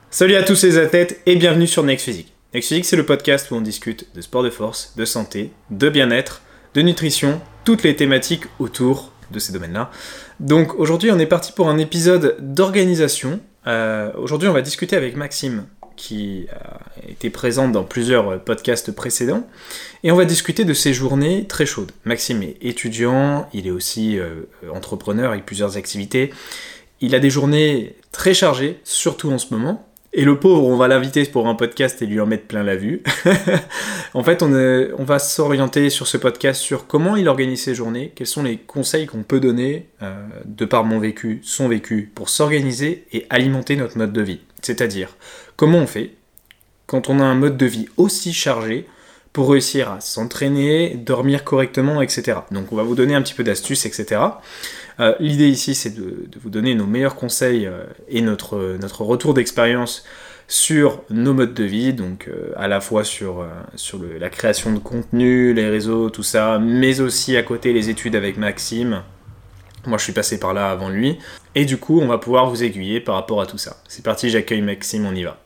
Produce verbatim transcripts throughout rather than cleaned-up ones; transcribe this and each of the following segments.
Salut à tous les athlètes et bienvenue sur Next Physique. Next Physique, c'est le podcast où on discute de sport de force, de santé, de bien-être, de nutrition, toutes les thématiques autour de ces domaines-là. Donc aujourd'hui, on est parti pour un épisode d'organisation. Euh, aujourd'hui, on va discuter avec Maxime, qui a été présent dans plusieurs podcasts précédents, et on va discuter de ses journées très chaudes. Maxime est étudiant, il est aussi euh, entrepreneur avec plusieurs activités. Il a des journées très chargées, surtout en ce moment. Et le pauvre, on va l'inviter pour un podcast et lui en mettre plein la vue. En fait, on, est, on va s'orienter sur ce podcast sur comment il organise ses journées, quels sont les conseils qu'on peut donner, euh, de par mon vécu, son vécu, pour s'organiser et alimenter notre mode de vie. C'est-à-dire, comment on fait quand on a un mode de vie aussi chargé pour réussir à s'entraîner, dormir correctement, et cetera. Donc on va vous donner un petit peu d'astuces, et cetera. Euh, l'idée ici, c'est de, de vous donner nos meilleurs conseils euh, et notre, notre retour d'expérience sur nos modes de vie, donc euh, à la fois sur, euh, sur le, la création de contenu, les réseaux, tout ça, mais aussi à côté les études avec Maxime. Moi, je suis passé par là avant lui. Et du coup, on va pouvoir vous aiguiller par rapport à tout ça. C'est parti, j'accueille Maxime, on y va.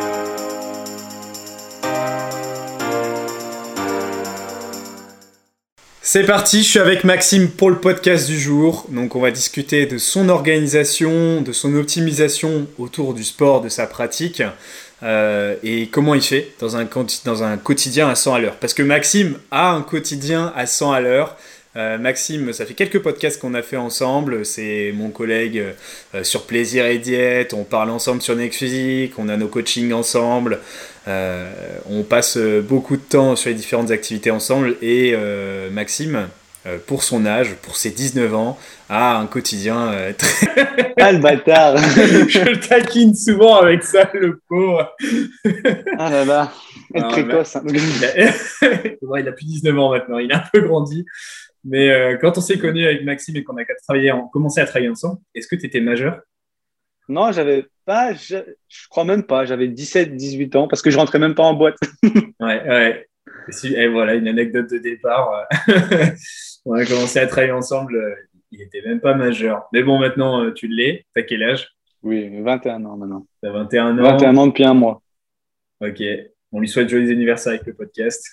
C'est parti, je suis avec Maxime pour le podcast du jour. Donc on va discuter de son organisation, de son optimisation autour du sport, de sa pratique euh, et comment il fait dans un, dans un quotidien à cent à l'heure. Parce que Maxime a un quotidien à cent à l'heure. Euh, Maxime, ça fait quelques podcasts qu'on a fait ensemble, c'est mon collègue euh, sur Plaisir et Diète, on parle ensemble sur Next Physique, on a nos coachings ensemble, euh, on passe beaucoup de temps sur les différentes activités ensemble et euh, Maxime, euh, pour son âge, pour ses dix-neuf ans, a un quotidien euh, très... Ah le bâtard. Je le taquine souvent avec ça, le pauvre. Ah là là, être Alors, précoce. il, a... bon, il a plus dix-neuf ans maintenant, il a un peu grandi. Mais euh, quand on s'est connus avec Maxime et qu'on a travaillé en, commencé à travailler ensemble, est-ce que tu étais majeur? Non, j'avais pas, je, je crois même pas, j'avais dix-sept, dix-huit ans parce que je rentrais même pas en boîte. Ouais, ouais. Et voilà, une anecdote de départ. On a commencé à travailler ensemble, il était même pas majeur. Mais bon, maintenant, tu l'es. T'as quel âge? Oui, vingt et un ans maintenant. T'as vingt et un ans. vingt et un ans depuis un mois. Ok. On lui souhaite joyeux anniversaire avec le podcast.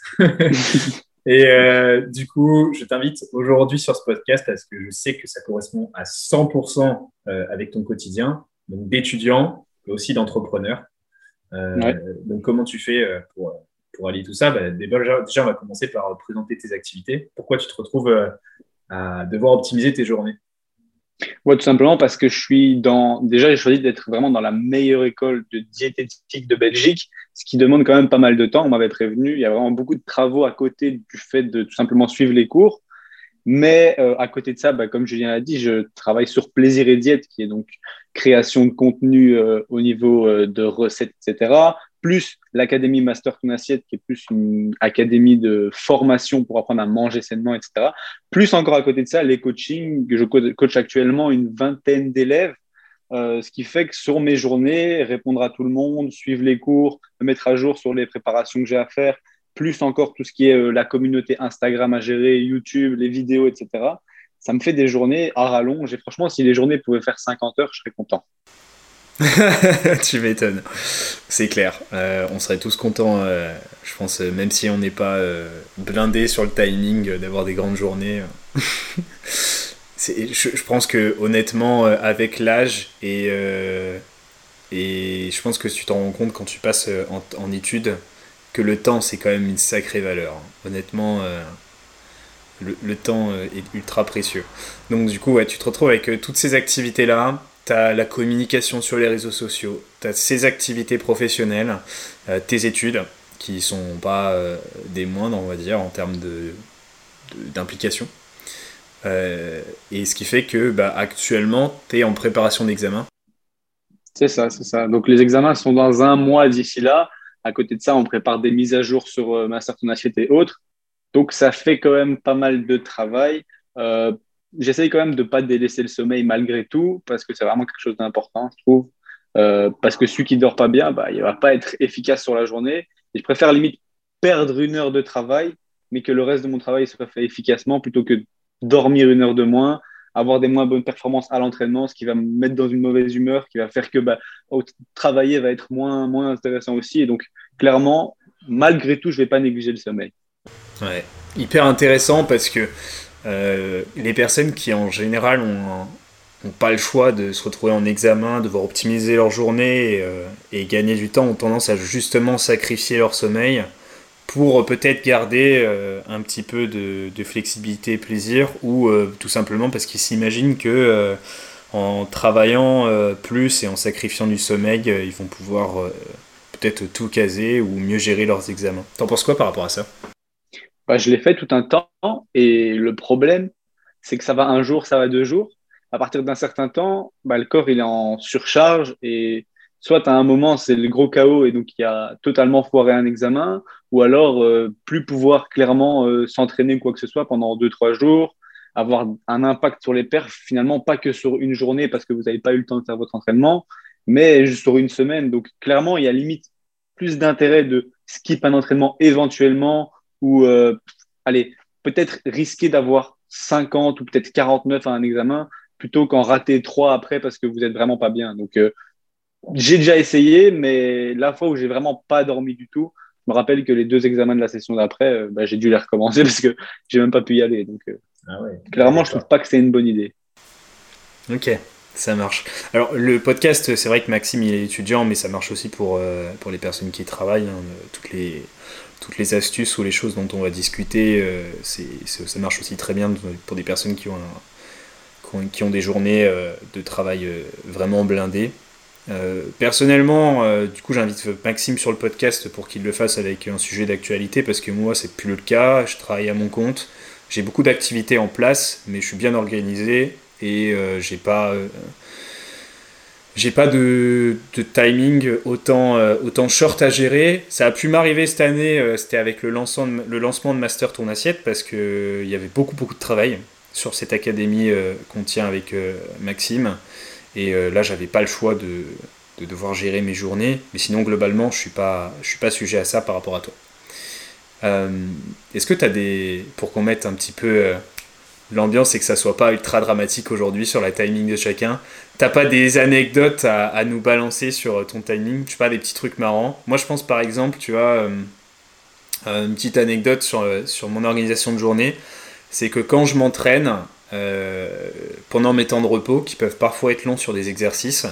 Et euh, du coup, je t'invite aujourd'hui sur ce podcast parce que je sais que ça correspond à cent pour cent euh, avec ton quotidien, donc d'étudiant, mais aussi d'entrepreneur. Euh, Ouais. Donc, comment tu fais euh, pour, pour allier tout ça? Bah, déjà, déjà, on va commencer par présenter tes activités. Pourquoi tu te retrouves euh, à devoir optimiser tes journées? Ouais, tout simplement parce que je suis dans. Déjà, j'ai choisi d'être vraiment dans la meilleure école de diététique de Belgique, ce qui demande quand même pas mal de temps. On m'avait prévenu. Il y a vraiment beaucoup de travaux à côté du fait de tout simplement suivre les cours. Mais euh, à côté de ça, bah, comme Julien l'a dit, je travaille sur Plaisir et Diète, qui est donc création de contenu euh, au niveau euh, de recettes, et cetera. Plus l'Académie Master Ton Assiette, qui est plus une académie de formation pour apprendre à manger sainement, et cetera. Plus encore à côté de ça, les coachings, que je coach actuellement une vingtaine d'élèves, euh, ce qui fait que sur mes journées, répondre à tout le monde, suivre les cours, me mettre à jour sur les préparations que j'ai à faire, plus encore tout ce qui est euh, la communauté Instagram à gérer, YouTube, les vidéos, et cetera. Ça me fait des journées à rallonge. Et franchement, si les journées pouvaient faire cinquante heures, je serais content. Tu m'étonnes. C'est clair. Euh, on serait tous contents, euh, je pense, euh, même si on n'est pas euh, blindé sur le timing, euh, d'avoir des grandes journées. C'est, je, je pense que honnêtement, euh, avec l'âge et, euh, et je pense que tu t'en rends compte quand tu passes euh, en, en études, que le temps, c'est quand même une sacrée valeur. Honnêtement, euh, le, le temps euh, est ultra précieux. Donc du coup, ouais, tu te retrouves avec euh, toutes ces activités-là. T'as la communication sur les réseaux sociaux, t'as ces activités professionnelles, euh, tes études, qui sont pas euh, des moindres, on va dire, en termes de, de, d'implication. Euh, et ce qui fait que, bah, actuellement, t'es en préparation d'examen. C'est ça, c'est ça. Donc, les examens sont dans un mois d'ici là. À côté de ça, on prépare des mises à jour sur euh, Master Ton Assiette et autres. Donc, ça fait quand même pas mal de travail. Euh, J'essaye quand même de ne pas délaisser le sommeil malgré tout, parce que c'est vraiment quelque chose d'important, je trouve. Euh, parce que celui qui ne dort pas bien, bah, il ne va pas être efficace sur la journée. Et je préfère limite perdre une heure de travail, mais que le reste de mon travail soit fait efficacement, plutôt que dormir une heure de moins, avoir des moins bonnes performances à l'entraînement, ce qui va me mettre dans une mauvaise humeur, qui va faire que bah, travailler va être moins, moins intéressant aussi. Et donc, clairement, malgré tout, je ne vais pas négliger le sommeil. Ouais, hyper intéressant parce que euh, les personnes qui en général ont, ont pas le choix de se retrouver en examen, devoir optimiser leur journée et, euh, et gagner du temps, ont tendance à justement sacrifier leur sommeil pour peut-être garder euh, un petit peu de, de flexibilité et plaisir, ou euh, tout simplement parce qu'ils s'imaginent que euh, en travaillant euh, plus et en sacrifiant du sommeil, euh, ils vont pouvoir euh, peut-être tout caser ou mieux gérer leurs examens. T'en penses quoi par rapport à ça? Bah, je l'ai fait tout un temps et le problème, c'est que ça va un jour, ça va deux jours. À partir d'un certain temps, bah, le corps il est en surcharge et soit à un moment c'est le gros chaos et donc il y a totalement foiré un examen, ou alors euh, plus pouvoir clairement euh, s'entraîner ou quoi que ce soit pendant deux, trois jours, avoir un impact sur les perfs, finalement pas que sur une journée parce que vous n'avez pas eu le temps de faire votre entraînement, mais juste sur une semaine. Donc clairement, il y a limite plus d'intérêt de skip un entraînement éventuellement ou euh, allez, peut-être risquer d'avoir cinquante ou peut-être quarante-neuf à un examen plutôt qu'en rater trois après parce que vous n'êtes vraiment pas bien. Donc, euh, j'ai déjà essayé, mais la fois où j'ai vraiment pas dormi du tout, je me rappelle que les deux examens de la session d'après, euh, bah, j'ai dû les recommencer parce que j'ai même pas pu y aller. Donc, euh, Ah ouais, clairement, je d'accord. trouve pas que c'est une bonne idée. Ok, ça marche. Alors, le podcast, c'est vrai que Maxime, il est étudiant, mais ça marche aussi pour, euh, pour les personnes qui travaillent. Hein, toutes les, toutes les astuces ou les choses dont on va discuter, euh, c'est, c'est- ça marche aussi très bien pour des personnes qui ont, un- qui ont, qui ont des journées euh, de travail euh, vraiment blindées. Euh, personnellement, euh, du coup, j'invite Maxime sur le podcast pour qu'il le fasse avec un sujet d'actualité, parce que moi, c'est plus le cas. Je travaille à mon compte, j'ai beaucoup d'activités en place, mais je suis bien organisé et euh, j'ai pas, euh, j'ai pas de, de timing autant, euh, autant short à gérer. Ça a pu m'arriver cette année, euh, c'était avec le lancement de, le lancement de Master Ton Assiette, parce qu'il euh, y avait beaucoup, beaucoup de travail sur cette académie euh, qu'on tient avec euh, Maxime. Et euh, là, j'avais pas le choix de, de devoir gérer mes journées. Mais sinon, globalement, je suis pas, je suis pas sujet à ça par rapport à toi. Euh, Est-ce que tu as des. Pour qu'on mette un petit peu euh, l'ambiance et que ça soit pas ultra dramatique aujourd'hui sur la timing de chacun, t'as pas des anecdotes à, à nous balancer sur ton timing? Je sais pas, des petits trucs marrants. Moi, je pense par exemple, tu vois, euh, une petite anecdote sur, euh, sur mon organisation de journée, c'est que quand je m'entraîne, euh, pendant mes temps de repos, qui peuvent parfois être longs sur des exercices,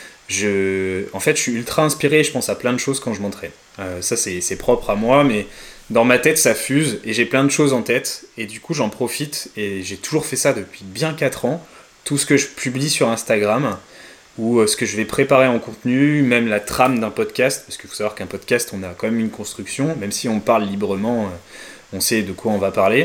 je, en fait, je suis ultra inspiré et je pense à plein de choses quand je m'entraîne. Euh, ça, c'est, c'est propre à moi, mais dans ma tête, ça fuse et j'ai plein de choses en tête. Et du coup, j'en profite et j'ai toujours fait ça depuis bien quatre ans. Tout ce que je publie sur Instagram ou euh, ce que je vais préparer en contenu, même la trame d'un podcast, parce qu'il faut savoir qu'un podcast, on a quand même une construction, même si on parle librement, euh, on sait de quoi on va parler.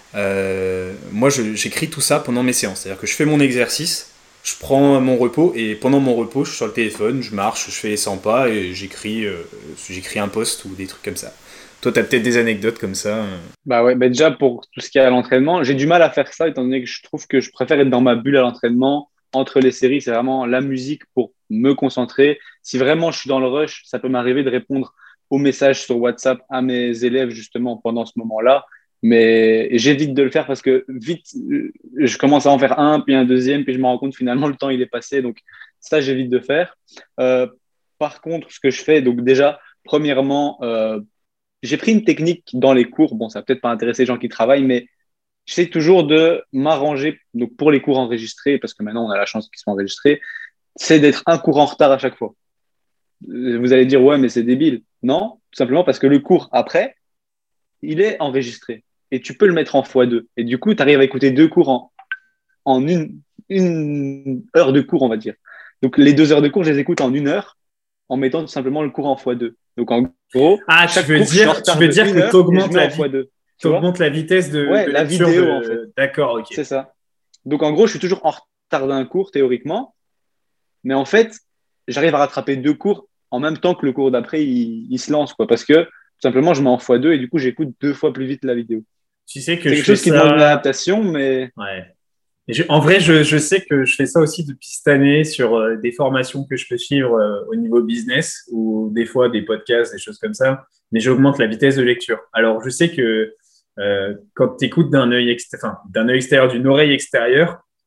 Euh, moi, je- j'écris tout ça pendant mes séances. C'est-à-dire que je fais mon exercice, je prends mon repos, et pendant mon repos, je suis sur le téléphone, je marche, je fais les cent pas, et j'écris, euh, j'écris un post ou des trucs comme ça. Toi, t'as peut-être des anecdotes comme ça. euh. Bah ouais, bah déjà pour tout ce qui est à l'entraînement, j'ai du mal à faire ça étant donné que je trouve que je préfère être dans ma bulle à l'entraînement. Entre les séries, c'est vraiment la musique pour me concentrer. Si vraiment je suis dans le rush, ça peut m'arriver de répondre aux messages sur WhatsApp à mes élèves justement pendant ce moment-là. Mais j'évite de le faire parce que vite, euh, je commence à en faire un, puis un deuxième, puis je me rends compte finalement le temps il est passé. Donc ça, j'évite de faire. Euh, Par contre, ce que je fais, donc déjà, premièrement, euh, j'ai pris une technique dans les cours. Bon, ça va peut-être pas intéresser les gens qui travaillent, mais j'essaie toujours de m'arranger. Donc, pour les cours enregistrés, parce que maintenant on a la chance qu'ils soient enregistrés, c'est d'être un cours en retard à chaque fois. Euh, Vous allez dire, ouais, mais c'est débile. Non, tout simplement parce que le cours après, il est enregistré. Et tu peux le mettre en fois deux. Et du coup, tu arrives à écouter deux cours en, en une, une heure de cours, on va dire. Donc, les deux heures de cours, je les écoute en une heure en mettant tout simplement le cours en fois deux. Donc, en gros, Ah, tu chaque veux cours, je suis en dire, tu retard veux de dire une que heure et je t'augmentes mets la en fois vi- deux. Tu vois? t'augmentes la vitesse de, Ouais, de la lecture vidéo, en fait. de. D'accord, ok. C'est ça. Donc, en gros, je suis toujours en retard d'un cours, théoriquement. Mais en fait, j'arrive à rattraper deux cours en même temps que le cours d'après, il, il se lance, quoi. Parce que, tout simplement, je mets en fois deux et du coup, j'écoute deux fois plus vite la vidéo. Tu sais que C'est je quelque fais chose qui demande une ça. adaptation, mais Ouais. Et je- en vrai, je, je sais que je fais ça aussi depuis cette année sur euh, des formations que je peux suivre euh, au niveau business ou des fois des podcasts, des choses comme ça. Mais j'augmente la vitesse de lecture. Alors, je sais que euh, quand tu écoutes d'un œil exté- enfin, d'un œil extérieur, d'une oreille extérieure,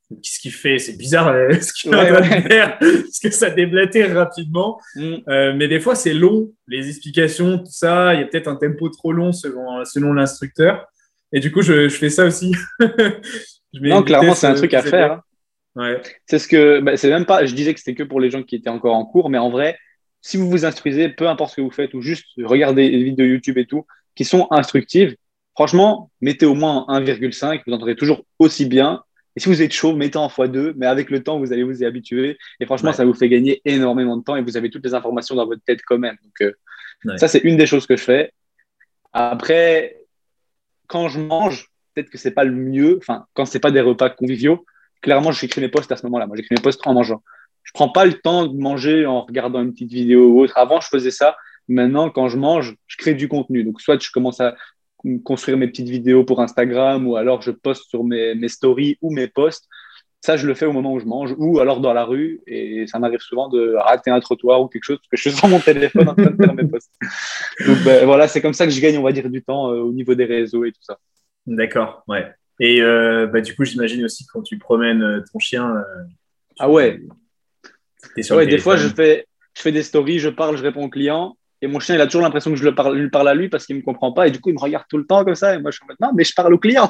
qu'est-ce qu'il fait? C'est bizarre euh, ce qu'il Ouais, a de ouais. faire, parce que ça déblatère rapidement. Mm. Euh, mais des fois, c'est long, les explications, tout ça. Il y a peut-être un tempo trop long selon, selon l'instructeur. Et du coup, je, je fais ça aussi. Je mets Non, une clairement, vitesse c'est un euh, truc à plus élevée. faire, hein. Ouais, C'est ce que, bah, c'est même pas, je disais que c'était que pour les gens qui étaient encore en cours, mais en vrai, si vous vous instruisez, peu importe ce que vous faites, ou juste regardez les vidéos YouTube et tout, qui sont instructives, franchement, mettez au moins un virgule cinq, vous entendrez toujours aussi bien. Et si vous êtes chaud, mettez en fois deux, mais avec le temps, vous allez vous y habituer. Et franchement, ouais, ça vous fait gagner énormément de temps et vous avez toutes les informations dans votre tête quand même. Donc, euh, ouais. ça, c'est une des choses que je fais. Après, quand je mange, peut-être que c'est pas le mieux. Enfin, quand c'est pas des repas conviviaux, clairement, j'écris mes posts à ce moment-là. Moi, j'écris mes posts en mangeant. Je prends pas le temps de manger en regardant une petite vidéo ou autre. Avant, je faisais ça. Maintenant, quand je mange, je crée du contenu. Donc, soit je commence à construire mes petites vidéos pour Instagram ou alors je poste sur mes, mes stories ou mes posts. Ça, je le fais au moment où je mange ou alors dans la rue. Et ça m'arrive souvent de rater un trottoir ou quelque chose parce que je suis sur mon téléphone en train de faire mes posts. Donc, ben, voilà, c'est comme ça que je gagne, on va dire, du temps euh, au niveau des réseaux et tout ça. D'accord, ouais. Et euh, bah, du coup, j'imagine aussi que quand tu promènes euh, ton chien, euh, Ah ouais, tu es sur le ouais, des fois, je téléphone. fais, je fais des stories, je parle, je réponds au client. Et mon chien, il a toujours l'impression que je le parle, lui parle à lui parce qu'il ne me comprend pas. Et du coup, il me regarde tout le temps comme ça. Et moi, je suis en mode, non, mais je parle au client.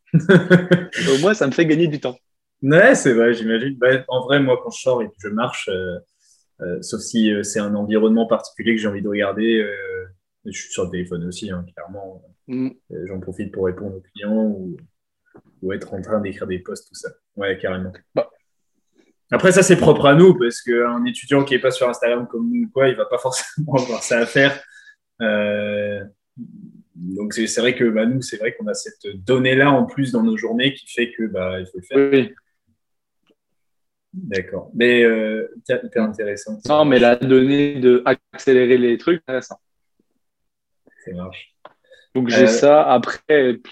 Et au moins, ça me fait gagner du temps. Ouais, c'est vrai, j'imagine. Bah, en vrai, moi, quand je sors et que je marche, euh, euh, sauf si euh, c'est un environnement particulier que j'ai envie de regarder, euh, je suis sur le téléphone aussi, hein, clairement. Mm. Euh, j'en profite pour répondre aux clients ou, ou être en train d'écrire des posts, tout ça. Ouais, carrément. Bah, Après, ça, c'est propre à nous, parce qu'un étudiant qui n'est pas sur Instagram comme nous, quoi, il va pas forcément avoir ça à faire. Euh, donc, c'est c'est vrai que bah, nous, c'est vrai qu'on a cette donnée-là en plus dans nos journées qui fait que bah, il faut le faire. oui. D'accord. Mais euh, tiens, hyper Mm. intéressant, ça Non, mais la marche. donnée de accélérer les trucs, c'est intéressant. Ça marche. Donc, j'ai Euh, ça. Après, pff,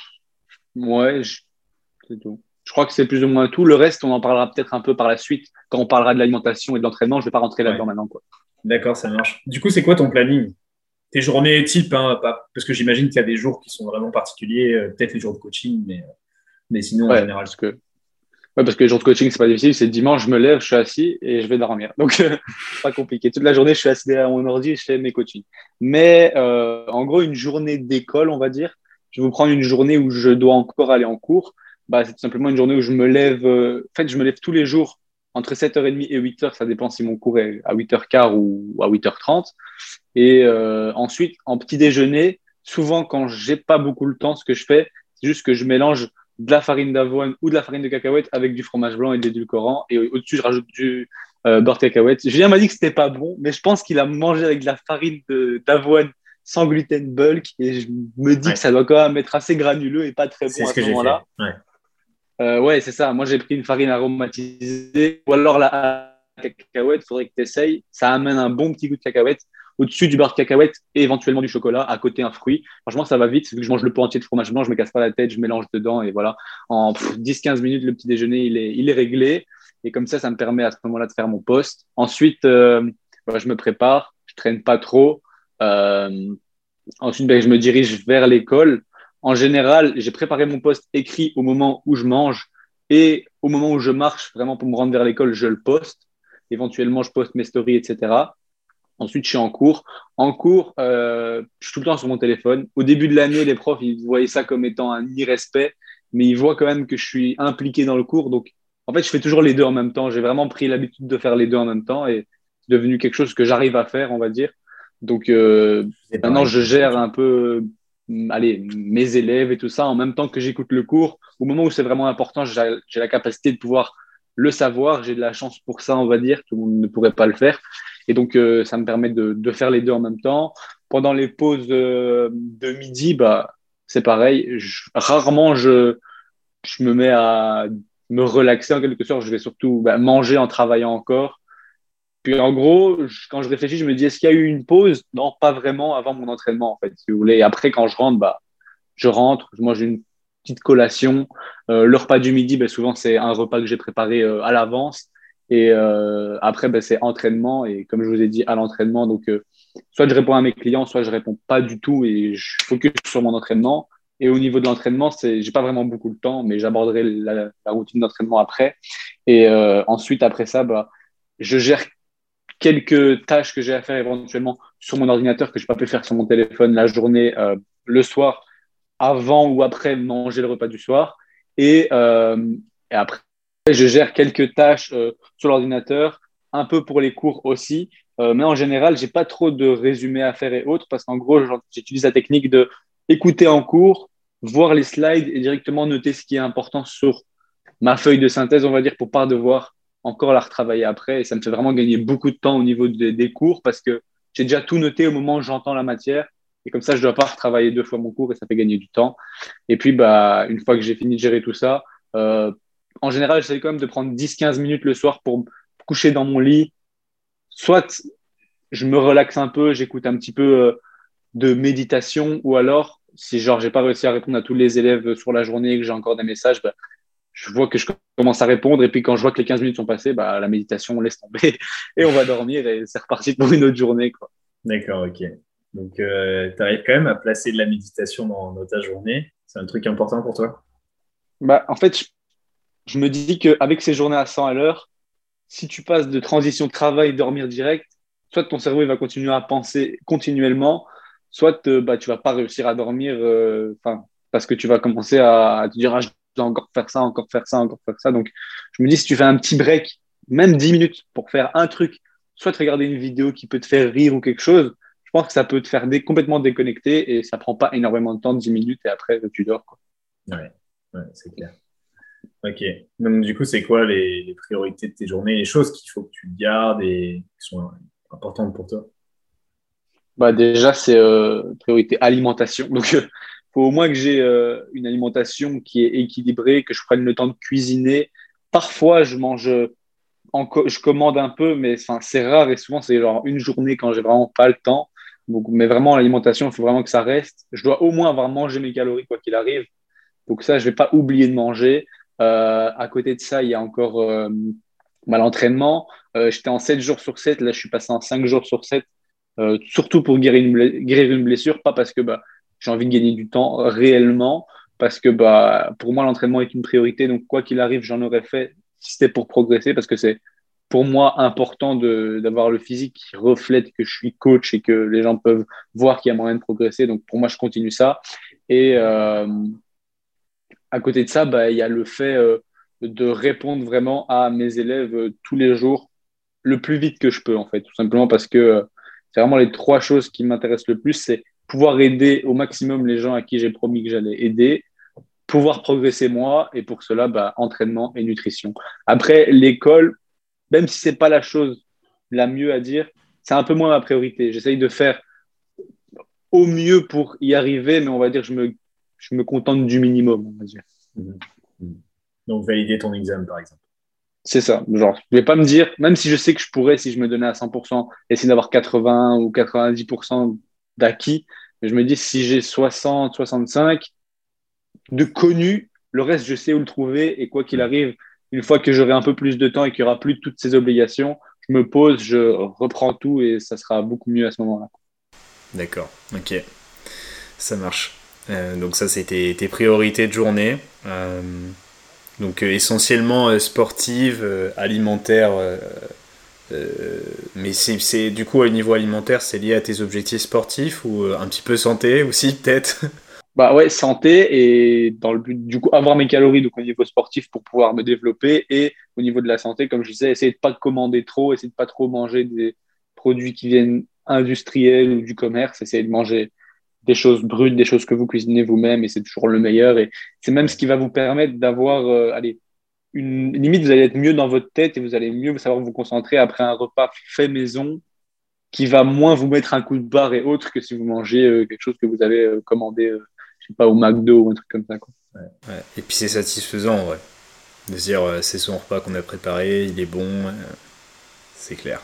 ouais, je- c'est tout. Je crois que c'est plus ou moins tout. Le reste, on en parlera peut-être un peu par la suite quand on parlera de l'alimentation et de l'entraînement. Je ne vais pas rentrer ouais, là-dedans maintenant, quoi. d'accord, ça marche. Du coup, c'est quoi ton planning? Tes journées type, hein, pas- parce que j'imagine qu'il y a des jours qui sont vraiment particuliers, euh, peut-être les jours de coaching, mais, euh, mais sinon en Ouais, général. parce que Ouais, parce que les jours de coaching, c'est pas difficile. C'est dimanche, je me lève, je suis assis et je vais dormir. Donc, euh, pas compliqué. Toute la journée, je suis assis derrière mon ordi et je fais mes coachings. Mais euh, en gros, une journée d'école, on va dire, je vais vous prendre une journée où je dois encore aller en cours. Bah, c'est tout simplement une journée où je me lève. Euh, en fait, je me lève tous les jours entre sept heures trente et huit heures. Ça dépend si mon cours est à huit heures quinze ou à huit heures trente. Et euh, ensuite, en petit déjeuner, souvent quand j'ai pas beaucoup le temps, ce que je fais, c'est juste que je mélange de la farine d'avoine ou de la farine de cacahuète avec du fromage blanc et de l'édulcorant. Et au-dessus, je rajoute du euh, beurre de cacahuète. Julien m'a dit que c'était pas bon, mais je pense qu'il a mangé avec de la farine de- d'avoine sans gluten bulk. Et je me dis que Ouais, ça doit quand même être assez granuleux et pas très c'est bon ce à que ce j'ai moment-là. fait. Ouais. Euh, ouais, c'est ça. Moi, j'ai pris une farine aromatisée ou alors la cacahuète. Il faudrait que tu essayes. Ça amène un bon petit goût de cacahuète. Au-dessus du beurre de cacahuète et éventuellement du chocolat, à côté un fruit. Franchement, ça va vite. Vu que je mange le pot entier de fromage blanc, je me casse pas la tête, je mélange dedans et voilà. En dix quinze minutes, le petit déjeuner, il est, il est réglé. Et comme ça, ça me permet à ce moment-là de faire mon poste. Ensuite, euh, voilà, je me prépare. Je traîne pas trop. Euh, Ensuite, ben, je me dirige vers l'école. En général, j'ai préparé mon poste écrit au moment où je mange et au moment où je marche, vraiment pour me rendre vers l'école, je le poste. Éventuellement, je poste mes stories, et cetera. Ensuite, je suis en cours. En cours, euh, je suis tout le temps sur mon téléphone. Au début de l'année, les profs, ils voyaient ça comme étant un irrespect, mais ils voient quand même que je suis impliqué dans le cours. Donc, en fait, je fais toujours les deux en même temps. J'ai vraiment pris l'habitude de faire les deux en même temps et c'est devenu quelque chose que j'arrive à faire, on va dire. Donc, euh, C'est maintenant, pareil je pour le gère coaching. un peu, euh, allez, mes élèves et tout ça en même temps que j'écoute le cours. Au moment où c'est vraiment important, j'ai j'ai la capacité de pouvoir le savoir. J'ai de la chance pour ça, on va dire. Tout le monde ne pourrait pas le faire. Et donc, euh, ça me permet de, de faire les deux en même temps. Pendant les pauses euh, de midi, bah, c'est pareil. Je- rarement, je, je me mets à me relaxer en quelque sorte. Je vais surtout bah, manger en travaillant encore. Puis en gros, je- quand je réfléchis, je me dis, est-ce qu'il y a eu une pause? Non, pas vraiment avant mon entraînement, en fait, si vous voulez. Et après, quand je rentre, bah, je rentre, je mange une petite collation. Euh, le repas du midi, ben, souvent, c'est un repas que j'ai préparé euh, à l'avance. Et euh, après, ben, c'est entraînement. Et comme je vous ai dit, à l'entraînement, donc euh, soit je réponds à mes clients, soit je réponds pas du tout et je focus sur mon entraînement. Et au niveau de l'entraînement, c'est, j'ai pas vraiment beaucoup de temps, mais j'aborderai la, la routine d'entraînement après. Et euh, ensuite, après ça, bah, je gère quelques tâches que j'ai à faire éventuellement sur mon ordinateur que je n'ai pas pu faire sur mon téléphone la journée, euh, le soir, avant ou après manger le repas du soir. Et, euh, et après, je gère quelques tâches euh, sur l'ordinateur, un peu pour les cours aussi. Euh, mais en général, j'ai pas trop de résumés à faire et autres parce qu'en gros, j'utilise la technique de écouter en cours, voir les slides et directement noter ce qui est important sur ma feuille de synthèse, on va dire, pour pas devoir encore la retravailler après. Et ça me fait vraiment gagner beaucoup de temps au niveau des, des cours parce que j'ai déjà tout noté au moment où j'entends la matière. Et comme ça, je ne dois pas retravailler deux fois mon cours et ça fait gagner du temps. Et puis, bah, une fois que j'ai fini de gérer tout ça, euh, en général, j'essaie quand même de prendre dix quinze minutes le soir pour me coucher dans mon lit. Soit je me relaxe un peu, j'écoute un petit peu euh, de méditation ou alors, si genre j'ai pas réussi à répondre à tous les élèves sur la journée et que j'ai encore des messages, bah, je vois que je commence à répondre et puis quand je vois que les quinze minutes sont passées, bah, la méditation, on laisse tomber et on va dormir et c'est reparti pour une autre journée, quoi. D'accord, ok. Donc, euh, tu arrives quand même à placer de la méditation dans, dans ta journée. C'est un truc important pour toi? Bah, en fait, je, je me dis qu'avec ces journées à cent à l'heure, si tu passes de transition travail-dormir direct, soit ton cerveau il va continuer à penser continuellement, soit euh, bah, tu vas pas réussir à dormir euh, parce que tu vas commencer à, à te dire ah, je dois encore faire ça, encore faire ça, encore faire ça. Donc, je me dis, si tu fais un petit break, même dix minutes pour faire un truc, soit regarder une vidéo qui peut te faire rire ou quelque chose, je pense que ça peut te faire dé- complètement déconnecter et ça prend pas énormément de temps, dix minutes, et après, tu dors, quoi. Ouais, ouais, c'est clair. Ok. Donc, du coup, c'est quoi les, les priorités de tes journées, les choses qu'il faut que tu gardes et qui sont importantes pour toi? Bah déjà, c'est euh, priorité alimentation. Donc, il faut au moins que j'ai euh, une alimentation qui est équilibrée, que je prenne le temps de cuisiner. Parfois, je mange, en co- je commande un peu, mais enfin, c'est rare et souvent, c'est genre une journée quand j'ai vraiment pas le temps. Donc, mais vraiment, l'alimentation, il faut vraiment que ça reste. Je dois au moins avoir mangé mes calories, quoi qu'il arrive. Donc, ça, je vais pas oublier de manger. Euh, à côté de ça, il y a encore euh, bah, l'entraînement. Euh, j'étais en sept jours sur sept. Là, je suis passé en cinq jours sur sept. Euh, surtout pour guérir une, ble- guérir une blessure, pas parce que bah, j'ai envie de gagner du temps réellement, parce que bah, pour moi, l'entraînement est une priorité. Donc, quoi qu'il arrive, j'en aurais fait si c'était pour progresser, parce que c'est pour moi important de, d'avoir le physique qui reflète que je suis coach et que les gens peuvent voir qu'il y a moyen de progresser. Donc, pour moi, je continue ça. Et euh, à côté de ça, bah, il y a le fait euh, de répondre vraiment à mes élèves euh, tous les jours le plus vite que je peux, en fait, tout simplement parce que euh, c'est vraiment les trois choses qui m'intéressent le plus, c'est pouvoir aider au maximum les gens à qui j'ai promis que j'allais aider, pouvoir progresser moi, et pour cela, bah, entraînement et nutrition. Après, l'école, même si c'est pas la chose la mieux à dire, c'est un peu moins ma priorité. J'essaye de faire au mieux pour y arriver, mais on va dire je me, je me contente du minimum, on va dire. Mhm. Mhm. Donc, valider ton examen, par exemple. C'est ça. Genre, je vais pas me dire, même si je sais que je pourrais, si je me donnais à cent pour cent, essayer d'avoir quatre-vingts ou quatre-vingt-dix pour cent d'acquis, mais je me dis, si j'ai soixante, soixante-cinq de connus, le reste, je sais où le trouver. Et quoi qu'il Ouais. arrive, une fois que j'aurai un peu plus de temps et qu'il y aura plus toutes ces obligations, je me pose, je reprends tout et ça sera beaucoup mieux à ce moment-là. D'accord, ok, ça marche. Euh, donc ça, c'était tes priorités de journée. Euh, donc euh, essentiellement euh, sportive, euh, alimentaire, euh, euh, mais c'est, c'est du coup au niveau alimentaire, c'est lié à tes objectifs sportifs ou euh, un petit peu santé aussi peut-être. Bah ouais, santé et dans le but, du coup, avoir mes calories donc au niveau sportif pour pouvoir me développer et au niveau de la santé, comme je disais, essayer de pas commander trop, essayer de pas trop manger des produits qui viennent industriels ou du commerce, essayer de manger des choses brutes, des choses que vous cuisinez vous-même et c'est toujours le meilleur et c'est même ce Ouais. qui va vous permettre d'avoir, euh, allez, une limite, vous allez être mieux dans votre tête et vous allez mieux savoir vous concentrer après un repas fait maison qui va moins vous mettre un coup de barre et autres que si vous mangez euh, quelque chose que vous avez euh, commandé, euh, je sais pas, au McDo ou un truc comme ça, quoi. Ouais. Ouais. Et puis c'est satisfaisant en vrai, de se dire euh, c'est son repas qu'on a préparé, il est bon, euh, c'est clair.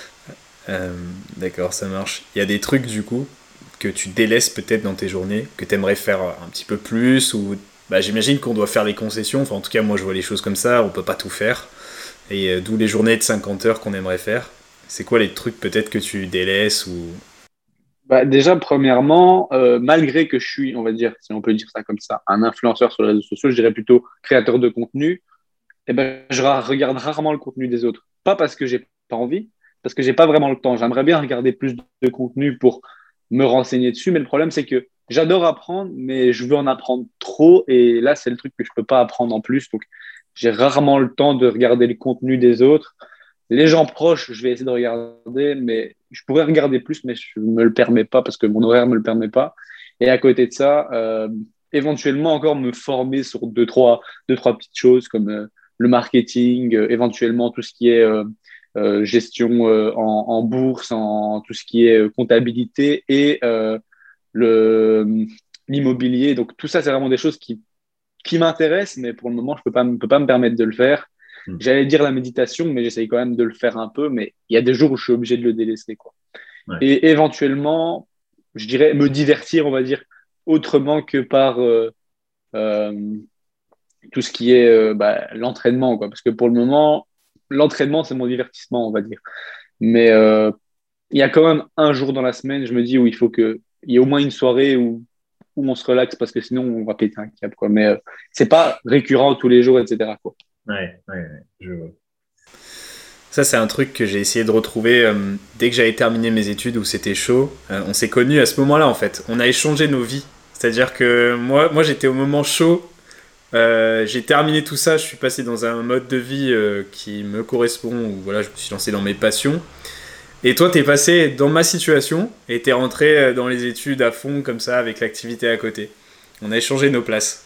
Euh, d'accord, ça marche. Il y a des trucs du coup que tu délaisses peut-être dans tes journées, que tu aimerais faire un petit peu plus, ou bah, j'imagine qu'on doit faire les concessions, enfin en tout cas moi je vois les choses comme ça, on peut pas tout faire, et euh, d'où les journées de cinquante heures qu'on aimerait faire. C'est quoi les trucs peut-être que tu délaisses ou... Bah, déjà, premièrement, euh, malgré que je suis, on va dire, si on peut dire ça comme ça, un influenceur sur les réseaux sociaux, je dirais plutôt créateur de contenu, eh ben, je ra- regarde rarement le contenu des autres. Pas parce que j'ai pas envie, parce que j'ai pas vraiment le temps. J'aimerais bien regarder plus de contenu pour me renseigner dessus, mais le problème, c'est que j'adore apprendre, mais je veux en apprendre trop, et là, c'est le truc que je peux pas apprendre en plus. Donc, j'ai rarement le temps de regarder le contenu des autres. Les gens proches, je vais essayer de regarder, mais je pourrais regarder plus, mais je me le permets pas parce que mon horaire me le permet pas. Et à côté de ça, euh, éventuellement encore me former sur deux, trois, deux, trois petites choses comme euh, le marketing, euh, éventuellement tout ce qui est euh, euh, gestion euh, en, en bourse, en tout ce qui est euh, comptabilité et euh, le l'immobilier. Donc tout ça, c'est vraiment des choses qui qui m'intéressent, mais pour le moment, je peux pas, me- peux pas me permettre de le faire. Mm. J'allais dire la méditation, mais j'essaye quand même de le faire un peu, mais il y a des jours où je suis obligé de le délaisser, quoi. Ouais. Et éventuellement, je dirais me divertir, on va dire, autrement que par euh, euh, tout ce qui est euh, bah, l'entraînement, quoi. Parce que pour le moment, l'entraînement, c'est mon divertissement, on va dire. Mais euh, il y a quand même un jour dans la semaine, je me dis, où il faut qu'il y ait au moins une soirée où, où on se relaxe, parce que sinon, on va péter un câble, quoi. Mais euh, c'est pas récurrent tous les jours, et cetera, quoi. Ouais, ouais, ouais, je vois. Ça, c'est un truc que j'ai essayé de retrouver euh, dès que j'avais terminé mes études où c'était chaud. Euh, on s'est connus à ce moment-là, en fait. On a échangé nos vies. C'est-à-dire que moi, moi j'étais au moment chaud. Euh, j'ai terminé tout ça. Je suis passé dans un mode de vie euh, qui me correspond. Où voilà, je me suis lancé dans mes passions. Et toi, t'es passé dans ma situation et t'es rentré dans les études à fond, comme ça, avec l'activité à côté. On a échangé nos places.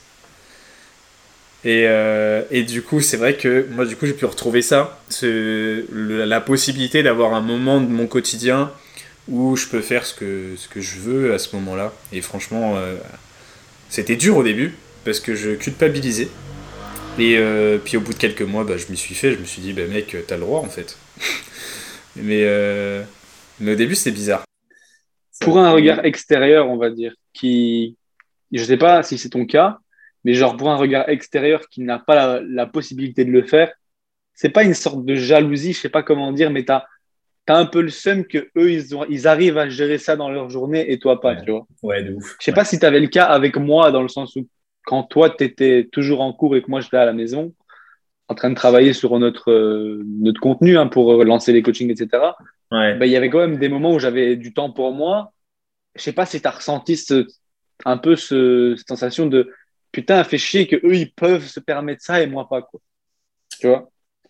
Et, euh, et du coup, c'est vrai que moi, du coup, j'ai pu retrouver ça, ce, le- la possibilité d'avoir un moment de mon quotidien où je peux faire ce que, ce que je veux à ce moment-là. Et franchement, euh, c'était dur au début parce que je culpabilisais. Et euh, puis au bout de quelques mois, bah, je m'y suis fait. Je me suis dit, bah, mec, t'as le droit en fait. mais, euh, mais au début, c'était bizarre. Ça Pour un fait- regard extérieur, on va dire, qui, je sais pas si c'est ton cas, mais genre pour un regard extérieur qui n'a pas la, la possibilité de le faire, c'est pas une sorte de jalousie, je sais pas comment dire, mais t'as, t'as un peu le seum que eux, ils ont, ils arrivent à gérer ça dans leur journée et toi pas, Ouais, tu vois. ouais, de ouf. Je sais Ouais. pas si tu avais le cas avec moi, dans le sens où quand toi, tu étais toujours en cours et que moi, j'étais à la maison, en train de travailler sur notre, euh, notre contenu hein, pour lancer les coachings, et cetera, ben, Ouais. il y avait quand même des moments où j'avais du temps pour moi. Je sais pas si tu as ressenti ce, un peu ce, cette sensation de putain, fait chier que eux ils peuvent se permettre ça et moi pas, quoi. Tu vois?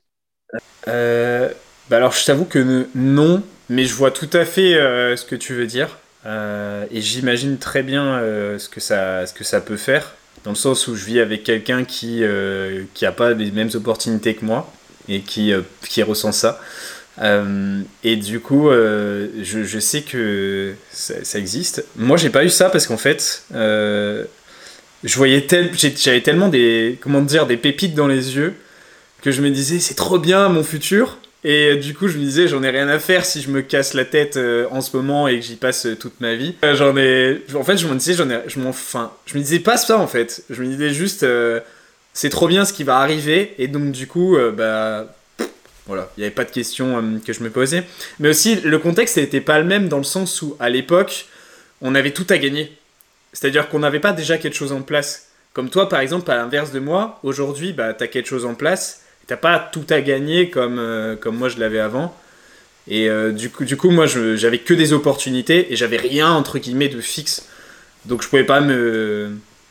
Euh, bah alors, je t'avoue que ne- non, mais je vois tout à fait euh, ce que tu veux dire. Euh, et j'imagine très bien euh, ce que ça, ce que ça peut faire, dans le sens où je vis avec quelqu'un qui euh, qui a pas les mêmes opportunités que moi et qui euh, qui ressent ça. Euh, et du coup, euh, je, je sais que ça, ça existe. Moi, j'ai pas eu ça parce qu'en fait, euh, je voyais tel, j'ai- j'avais tellement des, comment dire, des pépites dans les yeux que je me disais c'est trop bien mon futur. Et euh, du coup, je me disais, j'en ai rien à faire si je me casse la tête euh, en ce moment et que j'y passe euh, toute ma vie. Euh, j'en ai, en fait, je me disais, j'en ai, je m'en, enfin, je me disais pas ça en fait. Je me disais juste, euh, c'est trop bien ce qui va arriver. Et donc, du coup, euh, bah, voilà, il n'y avait pas de questions euh, que je me posais. Mais aussi, le contexte n'était pas le même dans le sens où, à l'époque, on avait tout à gagner. C'est-à-dire qu'on n'avait pas déjà quelque chose en place. Comme toi, par exemple, à l'inverse de moi, aujourd'hui, bah, tu as quelque chose en place. T'as pas tout à gagner comme, euh, comme moi je l'avais avant. Et euh, du, coup, du coup, moi, je, j'avais que des opportunités et j'avais rien, entre guillemets, de fixe. Donc je pouvais pas me...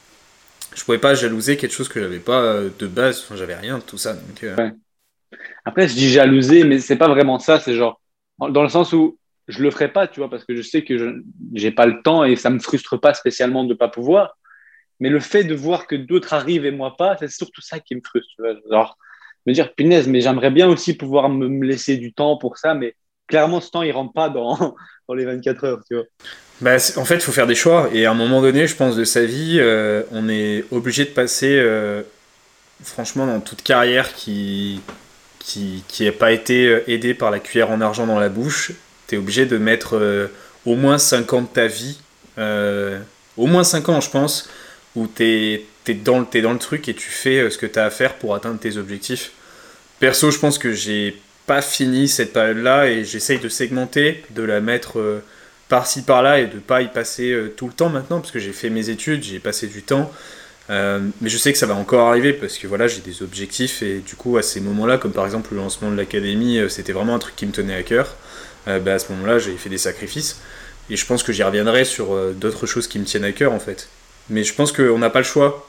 Je pouvais pas jalouser quelque chose que j'avais pas euh, de base. Enfin, j'avais rien de tout ça. Donc, euh, Ouais. Après, je dis jalouser, mais c'est pas vraiment ça. C'est genre, dans le sens où je le ferai pas, tu vois, parce que je sais que je j'ai pas le temps et ça me frustre pas spécialement de pas pouvoir. Mais le fait de voir que d'autres arrivent et moi pas, c'est surtout ça qui me frustre, tu vois. Genre, me dire, punaise, mais j'aimerais bien aussi pouvoir me, me laisser du temps pour ça, mais clairement, ce temps, il rentre pas dans, dans les vingt-quatre heures, tu vois. bah, c'est- en fait, il faut faire des choix. Et à un moment donné, je pense, de sa vie, euh, on est obligé de passer, euh, franchement, dans toute carrière qui qui qui n'a pas été euh, aidée par la cuillère en argent dans la bouche. T'es obligé de mettre euh, au moins cinq ans de ta vie, euh, au moins cinq ans, je pense, où t'es t'es dans, le- t'es dans le truc et tu fais euh, ce que t'as à faire pour atteindre tes objectifs. Perso, je pense que j'ai pas fini cette période-là et j'essaye de segmenter, de la mettre euh, par-ci par-là et de pas y passer euh, tout le temps maintenant, parce que j'ai fait mes études, j'ai passé du temps. Euh, mais je sais que ça va encore arriver parce que voilà, j'ai des objectifs et du coup à ces moments-là, comme par exemple le lancement de l'académie, euh, c'était vraiment un truc qui me tenait à cœur. Euh, bah, à ce moment-là, j'ai fait des sacrifices et je pense que j'y reviendrai sur euh, d'autres choses qui me tiennent à cœur en fait. Mais je pense qu'on n'a pas le choix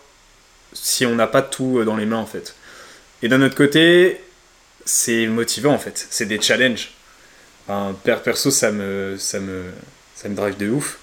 si on n'a pas tout euh, dans les mains en fait. Et d'un autre côté, c'est motivant en fait, c'est des challenges. Enfin, per- perso, ça me, ça me, ça me drive de ouf.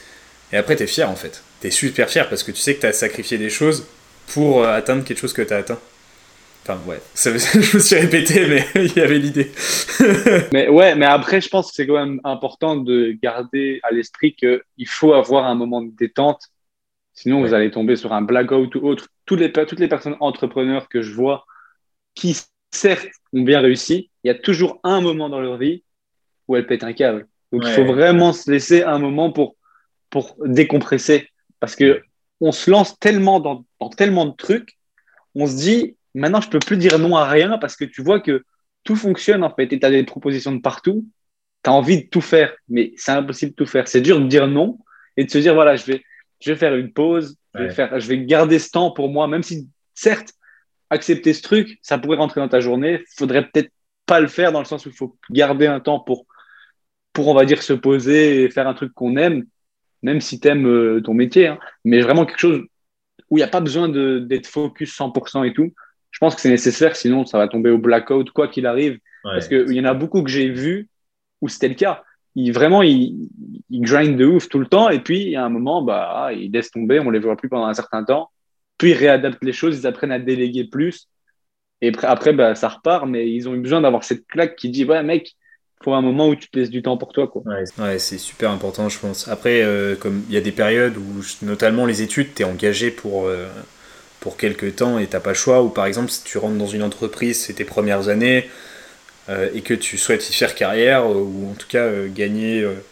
Et après, t'es fier en fait. T'es super fier parce que tu sais que t'as sacrifié des choses pour euh, atteindre quelque chose que t'as atteint. Enfin, ouais, ça, je me suis répété, mais il y avait l'idée. Mais ouais, mais après, je pense que c'est quand même important de garder à l'esprit qu'il faut avoir un moment de détente. Sinon, vous Ouais. allez tomber sur un blackout ou autre. Toutes les, toutes les personnes entrepreneurs que je vois qui, certes, ont bien réussi, il y a toujours un moment dans leur vie où elles pètent un câble. Donc, il faut Ouais. vraiment se laisser un moment pour, pour décompresser. Parce que Ouais. on se lance tellement dans, dans tellement de trucs, on se dit, maintenant, je peux plus dire non à rien parce que tu vois que tout fonctionne, en fait, et tu as des propositions de partout. Tu as envie de tout faire, mais c'est impossible de tout faire. C'est dur de dire non et de se dire, voilà, je vais, je vais faire une pause, je vais, Ouais. faire, je vais garder ce temps pour moi, même si, certes, accepter ce truc, ça pourrait rentrer dans ta journée. Il faudrait peut-être pas le faire dans le sens où il faut garder un temps pour, pour, on va dire, se poser et faire un truc qu'on aime, même si tu aimes euh, ton métier. Hein. Mais vraiment quelque chose où il n'y a pas besoin de, d'être focus cent pour cent et tout. Je pense que c'est nécessaire, sinon ça va tomber au blackout, quoi qu'il arrive. Parce Ouais. qu'il y en a beaucoup que j'ai vu où c'était le cas. Ils, vraiment, ils, ils grind de ouf tout le temps. Et puis, il y a un moment, bah, ils laissent tomber, on ne les voit plus pendant un certain temps. Puis, ils réadaptent les choses, ils apprennent à déléguer plus. Et après, bah, ça repart. Mais ils ont eu besoin d'avoir cette claque qui dit, ouais, mec, il faut un moment où tu te laisses du temps pour toi. Quoi. Ouais. Ouais, c'est super important, je pense. Après, euh, comme il y a des périodes où, notamment les études, t'es engagé pour, euh, pour quelques temps et t'as pas le choix. Ou par exemple, si tu rentres dans une entreprise, c'est tes premières années, euh, et que tu souhaites y faire carrière, euh, ou en tout cas euh, gagner, euh,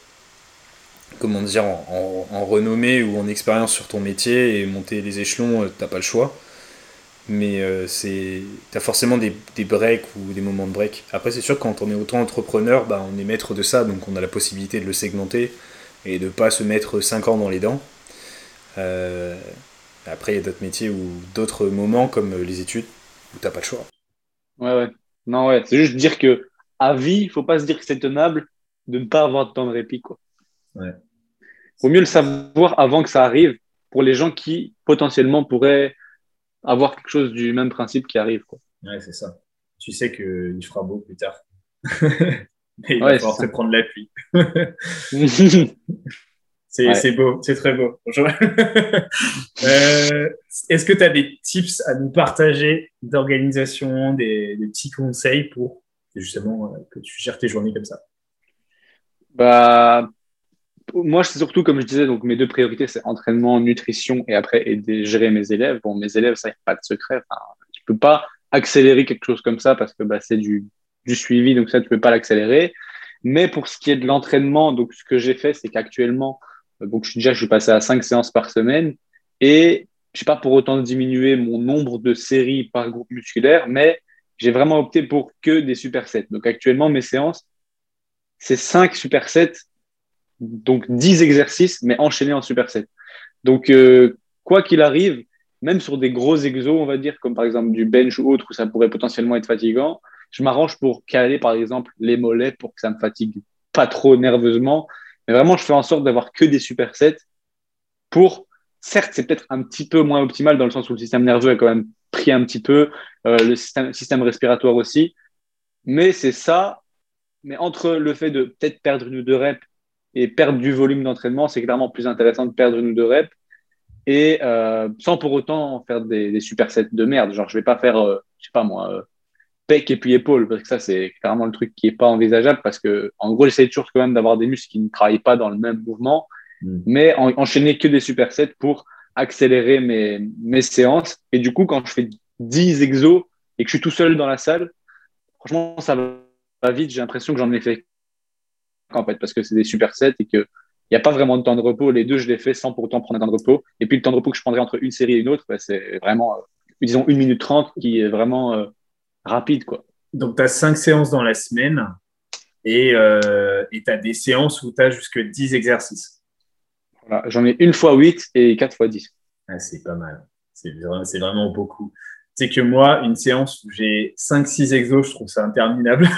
comment dire, en, en, en renommée ou en expérience sur ton métier et monter les échelons, euh, t'as pas le choix. Mais euh, c'est, t'as forcément des, des breaks ou des moments de break. Après, c'est sûr que quand on est autant entrepreneur, bah, on est maître de ça, donc on a la possibilité de le segmenter et de pas se mettre cinq ans dans les dents. Euh, Après, il y a d'autres métiers ou d'autres moments comme les études où t'as pas le choix. Ouais, ouais. Non, ouais. C'est juste dire que à vie, il faut pas se dire que c'est tenable de ne pas avoir de temps de répit. Quoi. Ouais. Vaut mieux le savoir avant que ça arrive pour les gens qui potentiellement pourraient avoir quelque chose du même principe qui arrive. Quoi. Ouais, c'est ça. Tu sais qu'il fera beau plus tard. Mais il va Ouais, c'est falloir te ça. prendre la pluie. C'est, Ouais. c'est beau, c'est très beau. Bonjour. Euh, est-ce que tu as des tips à nous partager d'organisation, des, des petits conseils pour justement euh, que tu gères tes journées comme ça? Bah, moi, c'est surtout, comme je disais, donc mes deux priorités, c'est entraînement, nutrition et après aider gérer mes élèves. Bon, mes élèves, ça, il n'y a pas de secret. Enfin, tu peux pas accélérer quelque chose comme ça parce que bah, c'est du, du suivi, donc ça, tu peux pas l'accélérer. Mais pour ce qui est de l'entraînement, donc ce que j'ai fait, c'est qu'actuellement, euh, donc je suis déjà, je suis passé à cinq séances par semaine et je sais pas pour autant diminuer mon nombre de séries par groupe musculaire, mais j'ai vraiment opté pour que des supersets. Donc actuellement, mes séances, c'est cinq supersets, donc dix exercices, mais enchaînés en supersets. Donc, euh, quoi qu'il arrive, même sur des gros exos, on va dire, comme par exemple du bench ou autre, où ça pourrait potentiellement être fatigant, je m'arrange pour caler, par exemple, les mollets pour que ça me fatigue pas trop nerveusement. Mais vraiment, je fais en sorte d'avoir que des supersets pour, certes, c'est peut-être un petit peu moins optimal dans le sens où le système nerveux a quand même pris un petit peu, euh, le système, système respiratoire aussi, mais c'est ça. Mais entre le fait de peut-être perdre une ou deux reps et perdre du volume d'entraînement, c'est clairement plus intéressant de perdre une ou deux reps et euh, sans pour autant faire des, des supersets de merde. Genre, je vais pas faire, euh, je sais pas moi, euh, pec et puis épaule, parce que ça, c'est clairement le truc qui est pas envisageable, parce que, en gros, j'essaie toujours quand même d'avoir des muscles qui ne travaillent pas dans le même mouvement, Mm. mais en, enchaîner que des supersets pour accélérer mes, mes séances. Et du coup, quand je fais dix exos et que je suis tout seul dans la salle, franchement, ça va vite. J'ai l'impression que j'en ai fait en fait, parce que c'est des supersets et que il n'y a pas vraiment de temps de repos. Les deux, je les fais sans pour autant prendre un temps de repos. Et puis, le temps de repos que je prendrai entre une série et une autre, bah, c'est vraiment, euh, disons, une minute trente qui est vraiment euh, rapide, quoi. Donc, tu as cinq séances dans la semaine. et euh, tu as des séances où tu as jusque dix exercices. Voilà, j'en ai une fois huit et quatre fois dix. Ah, c'est pas mal. C'est vraiment, c'est vraiment beaucoup. Tu sais que moi, une séance où j'ai cinq six exos, je trouve ça interminable.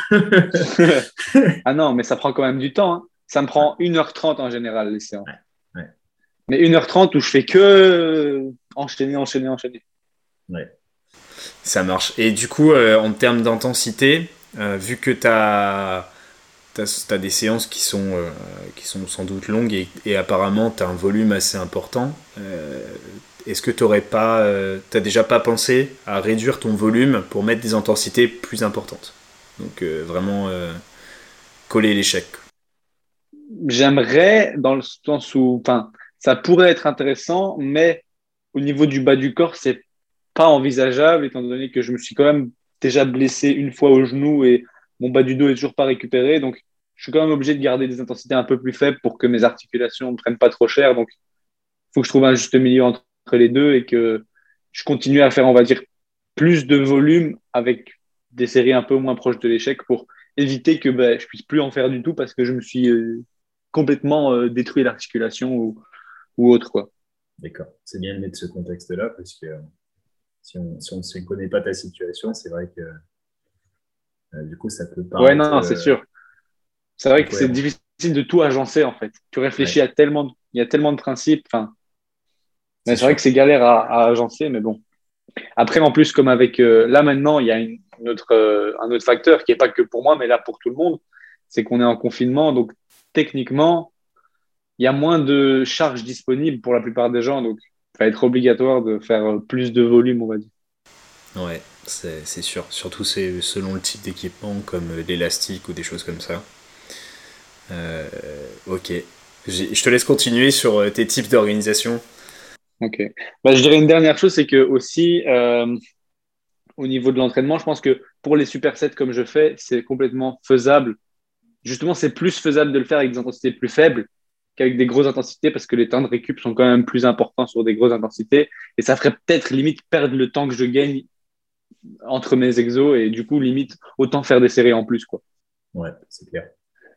Ah non, mais ça prend quand même du temps. Hein. Ça me prend une heure trente en général, les séances. Ouais, ouais. Mais une heure trente où je fais que enchaîner, enchaîner, enchaîner. Ouais. Ça marche. Et du coup, euh, en termes d'intensité, euh, vu que tu as, des séances qui sont, euh, qui sont sans doute longues et, et apparemment tu as un volume assez important, euh, est-ce que tu n'aurais pas, euh, t'as déjà pas pensé à réduire ton volume pour mettre des intensités plus importantes? Donc euh, vraiment euh, coller l'échec. J'aimerais, dans le sens où, enfin, ça pourrait être intéressant, mais au niveau du bas du corps, c'est pas envisageable, étant donné que je me suis quand même déjà blessé une fois au genou et mon bas du dos est toujours pas récupéré. Donc, je suis quand même obligé de garder des intensités un peu plus faibles pour que mes articulations ne prennent pas trop cher. Donc, il faut que je trouve un juste milieu entre les deux et que je continue à faire, on va dire, plus de volume avec des séries un peu moins proches de l'échec pour éviter que ben, je puisse plus en faire du tout parce que je me suis euh, complètement euh, détruit l'articulation ou, ou autre, quoi. D'accord. C'est bien de mettre ce contexte-là parce que si on si on ne connaît pas ta situation, c'est vrai que euh, du coup, ça peut Ouais, paraître non, c'est euh, sûr. C'est vrai que c'est incohérent. difficile de tout agencer, en fait. Tu réfléchis Ouais, à tellement, de- il y a tellement de principes. Enfin, mais c'est c'est vrai sûr. que c'est galère à, à agencer, mais bon. Après, en plus, comme avec euh, là maintenant, il y a une, une autre, euh, un autre facteur qui est pas que pour moi, mais là pour tout le monde, c'est qu'on est en confinement. Donc, techniquement, il y a moins de charges disponibles pour la plupart des gens. Donc, il va être obligatoire de faire euh, plus de volume, on va dire. Ouais, c'est, c'est sûr. Surtout c'est selon le type d'équipement, comme l'élastique ou des choses comme ça. Euh, ok. J'ai- je te laisse continuer sur euh, tes types d'organisation. Ok. Bah, je dirais une dernière chose, c'est que aussi, euh, au niveau de l'entraînement, je pense que pour les supersets comme je fais, c'est complètement faisable. Justement, c'est plus faisable de le faire avec des intensités plus faibles qu'avec des grosses intensités parce que les temps de récup sont quand même plus importants sur des grosses intensités et ça ferait peut-être limite perdre le temps que je gagne entre mes exos et du coup, limite, autant faire des séries en plus, quoi. Ouais, c'est clair.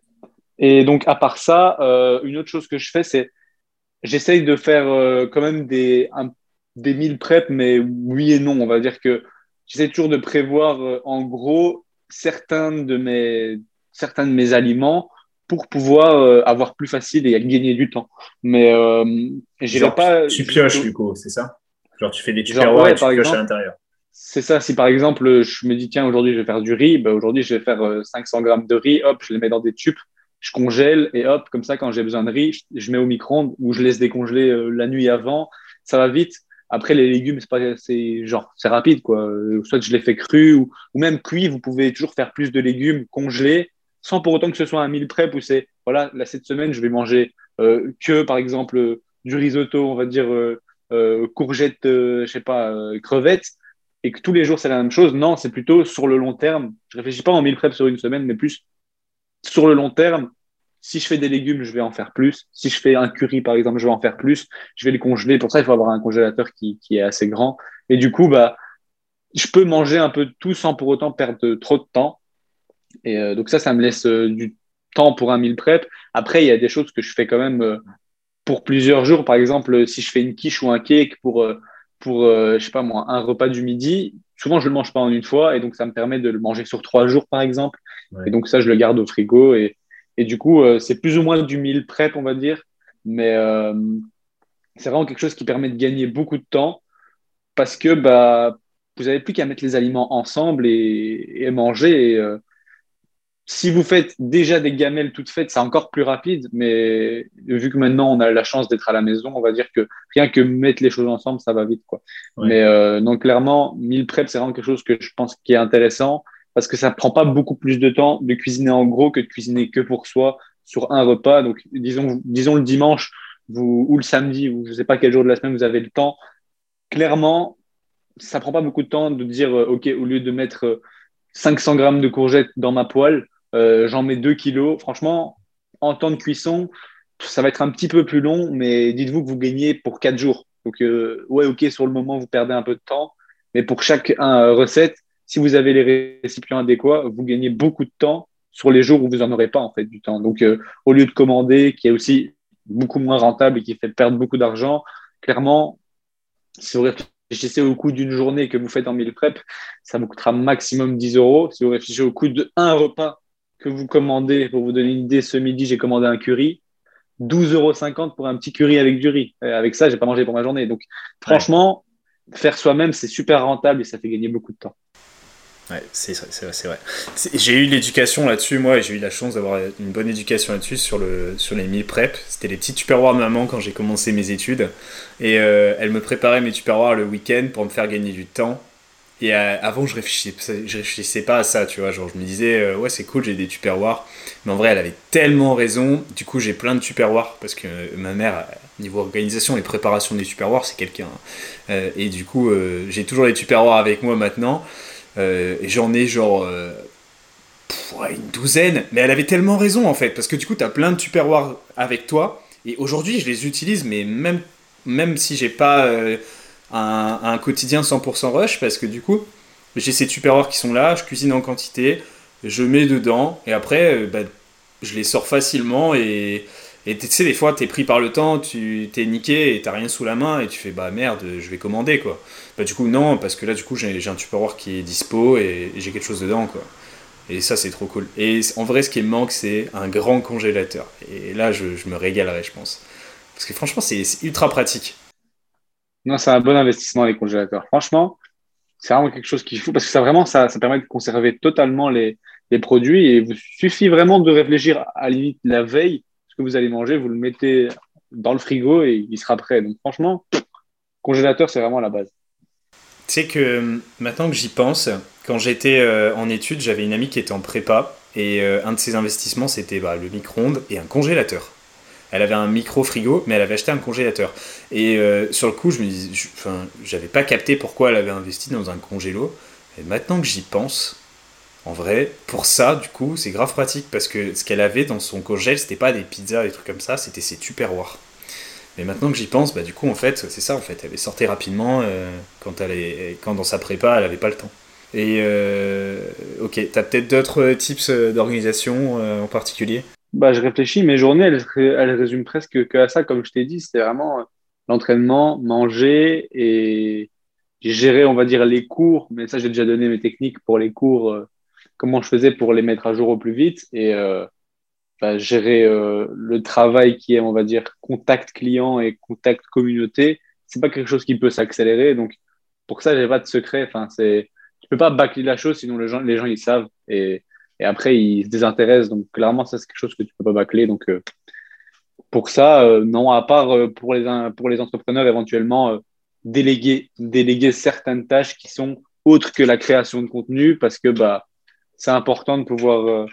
Et donc, à part ça, euh, une autre chose que je fais, c'est j'essaye de faire euh, quand même des, un, des mille preps, mais oui et non. On va dire que j'essaie toujours de prévoir euh, en gros certains de mes, certains de mes aliments pour pouvoir euh, avoir plus facile et gagner du temps. Mais euh, j'irai Genre, tu, pas tu juste pioches au- du coup, c'est ça? Genre, tu fais des genre tupperwares et ouais, tu par pioches à exemple, l'intérieur. c'est ça. Si par exemple je me dis tiens aujourd'hui je vais faire du riz, bah, aujourd'hui je vais faire euh, cinq cents grammes de riz, hop, je les mets dans des tubes. Je congèle et hop, comme ça, quand j'ai besoin de riz, je, je mets au micro-ondes ou je laisse décongeler euh, la nuit avant. Ça va vite. Après, les légumes, c'est pas, c'est genre, c'est rapide, quoi. Euh, Soit je les fais crus ou, ou même cuits, vous pouvez toujours faire plus de légumes congelés sans pour autant que ce soit un meal prep où c'est, voilà, là, cette semaine, je vais manger euh, que, par exemple, euh, du risotto, on va dire, euh, euh, courgettes, euh, je sais pas, euh, crevettes, et que tous les jours, c'est la même chose. Non, c'est plutôt sur le long terme. Je réfléchis pas en meal prep sur une semaine, mais plus sur le long terme, si je fais des légumes, je vais en faire plus. Si je fais un curry, par exemple, je vais en faire plus. Je vais les congeler. Pour ça, il faut avoir un congélateur qui, qui est assez grand. Et du coup, bah, je peux manger un peu de tout sans pour autant perdre trop de temps. Et euh, donc ça, ça me laisse euh, du temps pour un meal prep. Après, il y a des choses que je fais quand même euh, pour plusieurs jours. Par exemple, si je fais une quiche ou un cake pour, euh, pour euh, je sais pas moi, un repas du midi, souvent je le mange pas en une fois et donc ça me permet de le manger sur trois jours par exemple. Et Ouais. donc ça, je le garde au frigo et, et du coup, euh, c'est plus ou moins du meal prep, on va dire, mais euh, c'est vraiment quelque chose qui permet de gagner beaucoup de temps parce que bah vous avez plus qu'à mettre les aliments ensemble et, et manger. Et, euh, si vous faites déjà des gamelles toutes faites, c'est encore plus rapide, mais vu que maintenant on a la chance d'être à la maison, on va dire que rien que mettre les choses ensemble, ça va vite, quoi. Ouais. Mais euh, donc clairement, meal prep, c'est vraiment quelque chose que je pense qui est intéressant parce que ça prend pas beaucoup plus de temps de cuisiner en gros que de cuisiner que pour soi sur un repas. Donc disons, disons le dimanche vous, ou le samedi, ou je sais pas quel jour de la semaine vous avez le temps. Clairement, ça prend pas beaucoup de temps de dire, euh, OK, au lieu de mettre euh, cinq cents grammes de courgettes dans ma poêle, euh, j'en mets deux kilos. Franchement, en temps de cuisson, ça va être un petit peu plus long, mais dites-vous que vous gagnez pour quatre jours. Donc, euh, ouais, OK, sur le moment, vous perdez un peu de temps, mais pour chaque euh, recette, si vous avez les récipients adéquats, vous gagnez beaucoup de temps sur les jours où vous n'en aurez pas en fait du temps. Donc, euh, au lieu de commander, qui est aussi beaucoup moins rentable et qui fait perdre beaucoup d'argent, clairement, si vous réfléchissez au coût d'une journée que vous faites en meal prep, ça vous coûtera maximum dix euros. Si vous réfléchissez au coût d'un repas que vous commandez, pour vous donner une idée, ce midi, j'ai commandé un curry, douze euros cinquante pour un petit curry avec du riz. Et avec ça, j'ai pas mangé pour ma journée. Donc, franchement, ouais. Faire soi-même, c'est super rentable et ça fait gagner beaucoup de temps. Ouais, c'est, c'est vrai, c'est vrai. C'est, j'ai eu l'éducation là-dessus, moi, et j'ai eu la chance d'avoir une bonne éducation là-dessus sur, le, sur les meal prep. C'était les petits tupperwares de maman quand j'ai commencé mes études. Et euh, elle me préparait mes tupperwares le week-end pour me faire gagner du temps. Et euh, avant, je réfléchissais, je réfléchissais pas à ça, tu vois. Genre, je me disais, euh, ouais, c'est cool, j'ai des tupperwares. Mais en vrai, elle avait tellement raison. Du coup, j'ai plein de tupperwares parce que euh, ma mère, niveau organisation et préparation des tupperwares, c'est quelqu'un. Euh, et du coup, euh, j'ai toujours les tupperwares avec moi maintenant. Euh, et j'en ai genre euh, pff, ouais, une douzaine, mais elle avait tellement raison en fait, parce que du coup t'as plein de tupperwares avec toi, et aujourd'hui je les utilise, mais même, même si j'ai pas euh, un, un quotidien cent pour cent rush, parce que du coup j'ai ces tupperwares qui sont là, je cuisine en quantité, je mets dedans, et après euh, bah, je les sors facilement, et et tu sais, des fois, t'es pris par le temps, tu t'es niqué et t'as rien sous la main et tu fais bah merde, je vais commander quoi. Bah du coup, non, parce que là, du coup, j'ai, j'ai un Tupperware qui est dispo et, et j'ai quelque chose dedans quoi. Et ça, c'est trop cool. Et en vrai, ce qui me manque, c'est un grand congélateur. Et là, je, je me régalerais, je pense. Parce que franchement, c'est, c'est ultra pratique. Non, c'est un bon investissement, les congélateurs. Franchement, c'est vraiment quelque chose qu'il faut parce que ça, vraiment, ça, ça permet de conserver totalement les, les produits et il vous suffit vraiment de réfléchir à la limite la veille. Ce que vous allez manger, vous le mettez dans le frigo et il sera prêt. Donc, franchement, congélateur, c'est vraiment la base. Tu sais que maintenant que j'y pense, quand j'étais euh, en études, j'avais une amie qui était en prépa et euh, un de ses investissements c'était bah, le micro-ondes et un congélateur. Elle avait un micro-frigo, mais elle avait acheté un congélateur. Et euh, sur le coup, je me dis, je, enfin, j'avais pas capté pourquoi elle avait investi dans un congélo. Et maintenant que j'y pense, en vrai, pour ça, du coup, c'est grave pratique parce que ce qu'elle avait dans son congèle, c'était pas des pizzas, des trucs comme ça, c'était ses tupperwares. Mais maintenant que j'y pense, bah du coup en fait c'est ça en fait, elle avait sorti rapidement euh, quand elle est, quand dans sa prépa elle avait pas le temps. Et euh, ok, t'as peut-être d'autres tips d'organisation euh, en particulier? Bah, je réfléchis, mes journées, elles, elles résument presque que à ça, comme je t'ai dit, c'était vraiment euh, l'entraînement, manger et gérer, on va dire, les cours. Mais ça, j'ai déjà donné mes techniques pour les cours, euh, comment je faisais pour les mettre à jour au plus vite et euh, bah, gérer euh, le travail qui est, on va dire, contact client et contact communauté. C'est pas quelque chose qui peut s'accélérer. Donc, pour ça, j'ai pas de secret. Enfin, c'est, tu peux pas bâcler la chose, sinon les gens, les gens, ils savent. Et, et après, ils se désintéressent. Donc, clairement, ça, c'est quelque chose que tu peux pas bâcler. Donc, euh, pour ça, euh, non, à part euh, pour les, pour les entrepreneurs, éventuellement, euh, déléguer, déléguer certaines tâches qui sont autres que la création de contenu parce que bah, c'est important de pouvoir euh,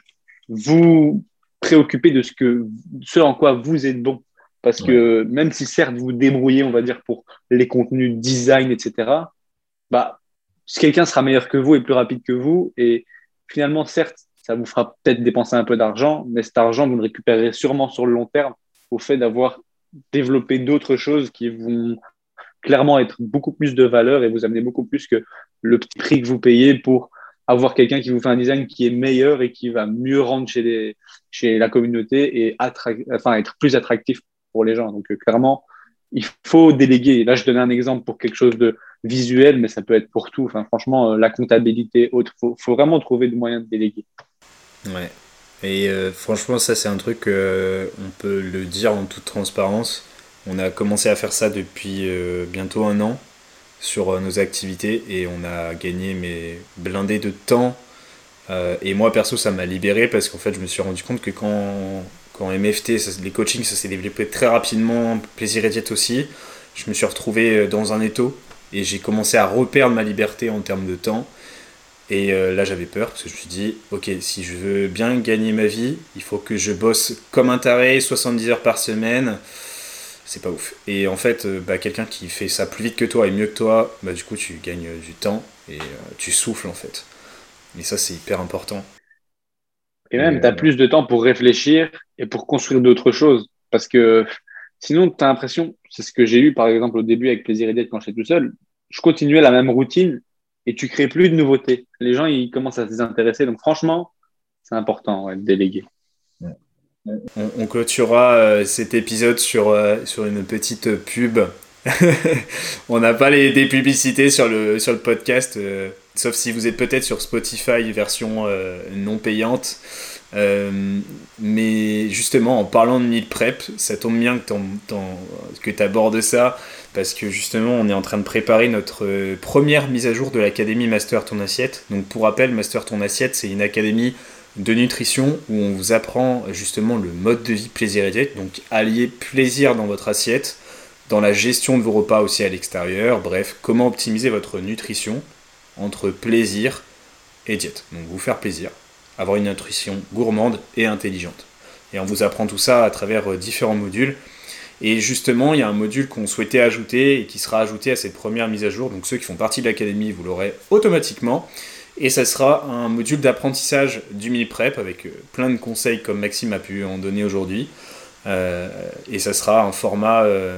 vous préoccuper de ce, que, ce en quoi vous êtes bon. Parce Ouais. que même si certes vous débrouillez, on va dire, pour les contenus design, et cetera, bah, quelqu'un sera meilleur que vous et plus rapide que vous. Et finalement, certes, ça vous fera peut-être dépenser un peu d'argent, mais cet argent, vous le récupérerez sûrement sur le long terme au fait d'avoir développé d'autres choses qui vont clairement être beaucoup plus de valeur et vous amener beaucoup plus que le petit prix que vous payez pour avoir quelqu'un qui vous fait un design qui est meilleur et qui va mieux rendre chez, les, chez la communauté et attra- enfin, être plus attractif pour les gens. Donc, euh, clairement, il faut déléguer. Là, je donnais un exemple pour quelque chose de visuel, mais ça peut être pour tout. Enfin, franchement, euh, la comptabilité, autre, faut, faut vraiment trouver des moyens de déléguer. Ouais. Et euh, franchement, ça, c'est un truc, euh, on peut le dire en toute transparence. On a commencé à faire ça depuis euh, bientôt un an sur euh, nos activités et on a gagné mais blindé de temps. Euh, et moi, perso, ça m'a libéré parce qu'en fait, je me suis rendu compte que quand, quand M F T, ça, les coachings, ça s'est développé très rapidement, plaisir et diète aussi, je me suis retrouvé dans un étau et j'ai commencé à reperdre ma liberté en termes de temps. Et euh, là, j'avais peur parce que je me suis dit, ok, si je veux bien gagner ma vie, il faut que je bosse comme un taré, soixante-dix heures par semaine. C'est pas ouf. Et en fait, euh, bah, quelqu'un qui fait ça plus vite que toi et mieux que toi, bah, du coup, tu gagnes du temps et euh, tu souffles en fait. Et ça, c'est hyper important. Et Et même, tu as euh, plus de temps pour réfléchir et pour construire d'autres choses. Parce que sinon, tu as l'impression, c'est ce que j'ai eu par exemple au début avec Plaisir et Dette quand j'étais tout seul, je continuais la même routine et tu crées plus de nouveautés. Les gens, ils commencent à se désintéresser. Donc franchement, c'est important ouais, de déléguer. On, on clôturera euh, cet épisode sur, euh, sur une petite pub. On n'a pas les, des publicités sur le, sur le podcast, euh, sauf si vous êtes peut-être sur Spotify version euh, non payante. Euh, mais justement, en parlant de meal prep, ça tombe bien que, t'en, t'en, que tu abordes ça, parce que justement, on est en train de préparer notre euh, première mise à jour de l'académie Master Ton Assiette. Donc pour rappel, Master Ton Assiette, c'est une académie de nutrition où on vous apprend justement le mode de vie plaisir et diète, donc allier plaisir dans votre assiette, dans la gestion de vos repas aussi à l'extérieur, bref, comment optimiser votre nutrition entre plaisir et diète. Donc vous faire plaisir, avoir une nutrition gourmande et intelligente. Et on vous apprend tout ça à travers différents modules. Et justement, il y a un module qu'on souhaitait ajouter et qui sera ajouté à cette première mise à jour. Donc ceux qui font partie de l'académie, vous l'aurez automatiquement. Et ça sera un module d'apprentissage du meal prep avec plein de conseils comme Maxime a pu en donner aujourd'hui. Euh, et ça sera un format, euh,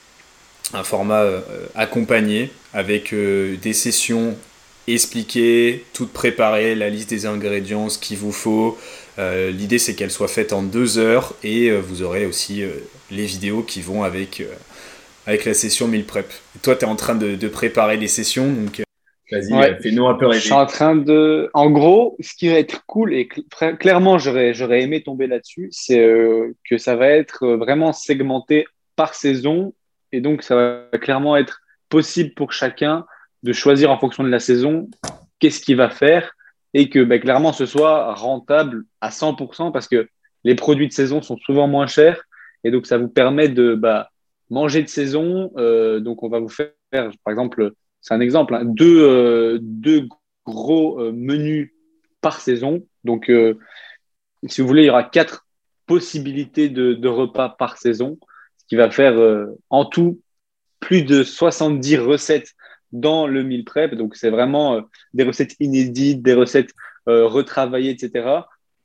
un format euh, accompagné avec euh, des sessions expliquées, toutes préparées, la liste des ingrédients, ce qu'il vous faut. Euh, l'idée c'est qu'elle soit faite en deux heures et euh, vous aurez aussi euh, les vidéos qui vont avec, euh, avec la session meal prep. Et toi tu es en train de, de préparer les sessions, donc... Vas-y, Ouais. fais-nous un peu rêver. Je suis en train de. En gros, ce qui va être cool, et cl- clairement, j'aurais, j'aurais aimé tomber là-dessus, c'est euh, que ça va être vraiment segmenté par saison. Et donc, ça va clairement être possible pour chacun de choisir en fonction de la saison qu'est-ce qu'il va faire et que bah, clairement, ce soit rentable à cent pour cent parce que les produits de saison sont souvent moins chers. Et donc, ça vous permet de bah, manger de saison. Euh, donc, on va vous faire, par exemple, c'est un exemple, hein, deux, euh, deux gros euh, menus par saison. Donc, euh, si vous voulez, il y aura quatre possibilités de, de repas par saison, ce qui va faire euh, en tout plus de soixante-dix recettes dans le meal prep. Donc, c'est vraiment euh, des recettes inédites, des recettes euh, retravaillées, et cetera.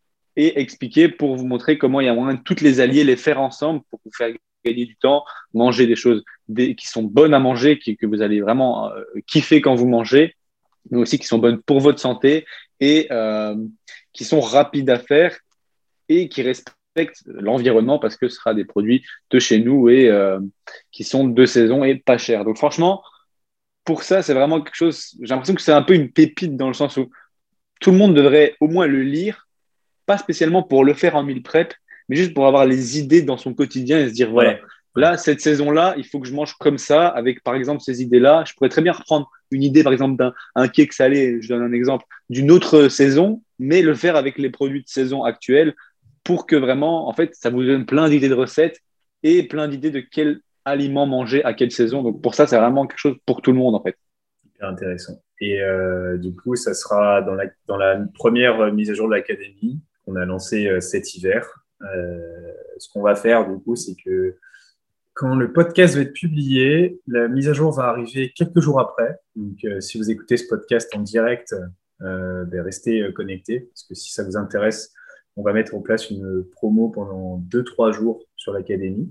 Et expliquer pour vous montrer comment il y a moyen de toutes les allier, les faire ensemble pour vous faire gagner du temps, manger des choses des, qui sont bonnes à manger, qui, que vous allez vraiment euh, kiffer quand vous mangez, mais aussi qui sont bonnes pour votre santé et euh, qui sont rapides à faire et qui respectent l'environnement parce que ce sera des produits de chez nous et euh, qui sont de saison et pas chers. Donc franchement, pour ça, c'est vraiment quelque chose, j'ai l'impression que c'est un peu une pépite dans le sens où tout le monde devrait au moins le lire, pas spécialement pour le faire en meal prep, mais juste pour avoir les idées dans son quotidien et se dire, voilà, Ouais. là, cette saison-là, il faut que je mange comme ça, avec par exemple ces idées-là. Je pourrais très bien reprendre une idée, par exemple, d'un un cake salé, je donne un exemple, d'une autre saison, mais le faire avec les produits de saison actuels pour que vraiment, en fait, ça vous donne plein d'idées de recettes et plein d'idées de quel aliment manger à quelle saison. Donc pour ça, c'est vraiment quelque chose pour tout le monde, en fait. Hyper intéressant. Et euh, du coup, ça sera dans la, dans la première mise à jour de l'académie qu'on a lancée euh, cet hiver. Euh, ce qu'on va faire, du coup, c'est que quand le podcast va être publié, la mise à jour va arriver quelques jours après. Donc, euh, si vous écoutez ce podcast en direct, euh, ben, restez euh, connectés, parce que si ça vous intéresse, on va mettre en place une promo pendant deux trois jours sur l'académie.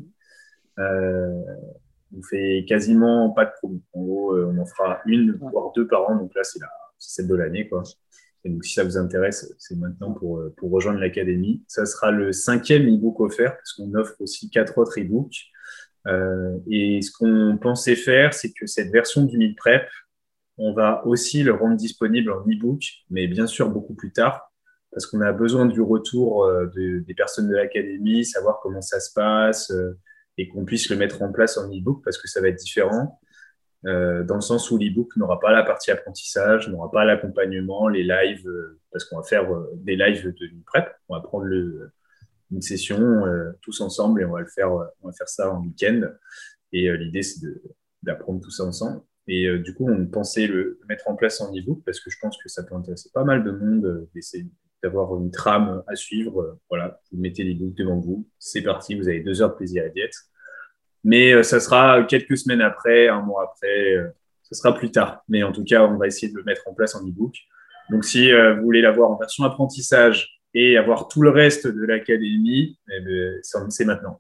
Euh, on fait quasiment pas de promo. En gros, euh, on en fera une, voire deux par an. Donc là, c'est, la, c'est celle de l'année, quoi. Et donc, si ça vous intéresse, c'est maintenant pour, pour rejoindre l'académie. Ça sera le cinquième e-book offert, parce qu'on offre aussi quatre autres e-books. Euh, et ce qu'on pensait faire, c'est que cette version du meal prep, on va aussi le rendre disponible en e-book, mais bien sûr beaucoup plus tard, parce qu'on a besoin du retour euh, de, des personnes de l'académie, savoir comment ça se passe, euh, et qu'on puisse le mettre en place en e-book, parce que ça va être différent, euh, dans le sens où l'e-book n'aura pas la partie apprentissage, n'aura pas l'accompagnement, les lives, euh, parce qu'on va faire euh, des lives de meal prep, on va prendre le une session euh, tous ensemble et on va le faire, euh, on va faire ça en week-end. Et euh, l'idée, c'est de, d'apprendre tout ça ensemble. Et euh, du coup, on pensait le, le mettre en place en e-book parce que je pense que ça peut intéresser pas mal de monde euh, d'essayer d'avoir une trame à suivre. Euh, voilà, vous mettez l'e-book devant vous, c'est parti, vous avez deux heures de plaisir et diète. Mais euh, ça sera quelques semaines après, un mois après, euh, ça sera plus tard. Mais en tout cas, on va essayer de le mettre en place en e-book. Donc, si euh, vous voulez l'avoir en version apprentissage, et avoir tout le reste de l'académie, eh ben, c'est maintenant.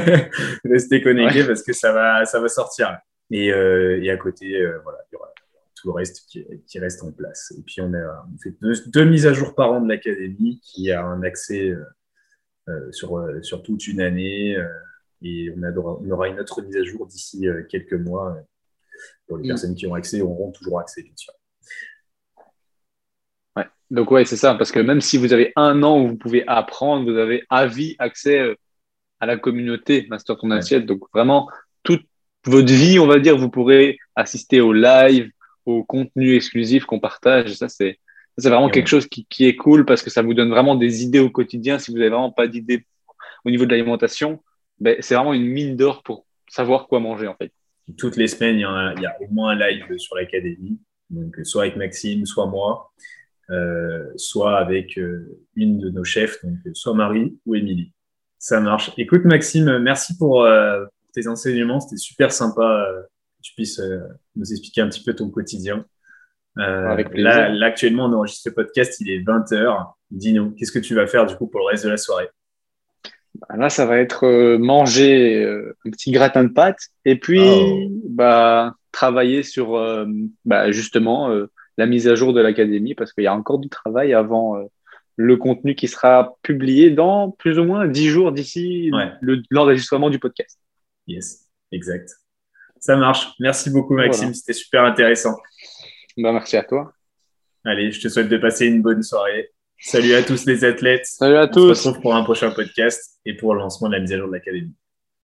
Restez connectés ouais. parce que ça va, ça va sortir. Et, euh, et à côté, euh, voilà, il y aura tout le reste qui, qui reste en place. Et puis, on, a, on fait deux, deux mises à jour par an de l'académie qui a un accès euh, euh, sur, euh, sur toute une année. Euh, et on, adora, on aura une autre mise à jour d'ici euh, quelques mois. Euh, pour les mmh. personnes qui ont accès, auront toujours accès, bien sûr. Ouais. Donc, ouais, c'est ça. Parce que même si vous avez un an où vous pouvez apprendre, vous avez à vie accès euh, à la communauté Master ton assiette. Ouais. Donc, vraiment, toute votre vie, on va dire, vous pourrez assister au live, au contenu exclusif qu'on partage. Et ça, c'est, c'est vraiment et quelque ouais. chose qui, qui est cool parce que ça vous donne vraiment des idées au quotidien. Si vous n'avez vraiment pas d'idées au niveau de l'alimentation, ben, c'est vraiment une mine d'or pour savoir quoi manger, en fait. Toutes les semaines, il y, a, il y a au moins un live sur l'académie. Donc, soit avec Maxime, soit moi, euh, soit avec euh, une de nos chefs, donc soit Marie ou Émilie. Ça marche. Écoute, Maxime, merci pour euh, tes enseignements. C'était super sympa euh, que tu puisses euh, nous expliquer un petit peu ton quotidien. Euh, Avec plaisir. Là, là, actuellement, on enregistre le podcast, il est vingt heures. Dis-nous, qu'est-ce que tu vas faire du coup pour le reste de la soirée? Là, ça va être euh, manger euh, un petit gratin de pâtes et puis oh. bah, travailler sur euh, bah, justement euh, la mise à jour de l'académie parce qu'il y a encore du travail avant euh, le contenu qui sera publié dans plus ou moins dix jours d'ici ouais. le, l'enregistrement du podcast. Yes, exact. Ça marche. Merci beaucoup, Maxime. Voilà. C'était super intéressant. Bah, merci à toi. Allez, je te souhaite de passer une bonne soirée. Salut à tous les athlètes. Salut à On tous. On se retrouve pour un prochain podcast et pour le lancement de la mise à jour de l'académie.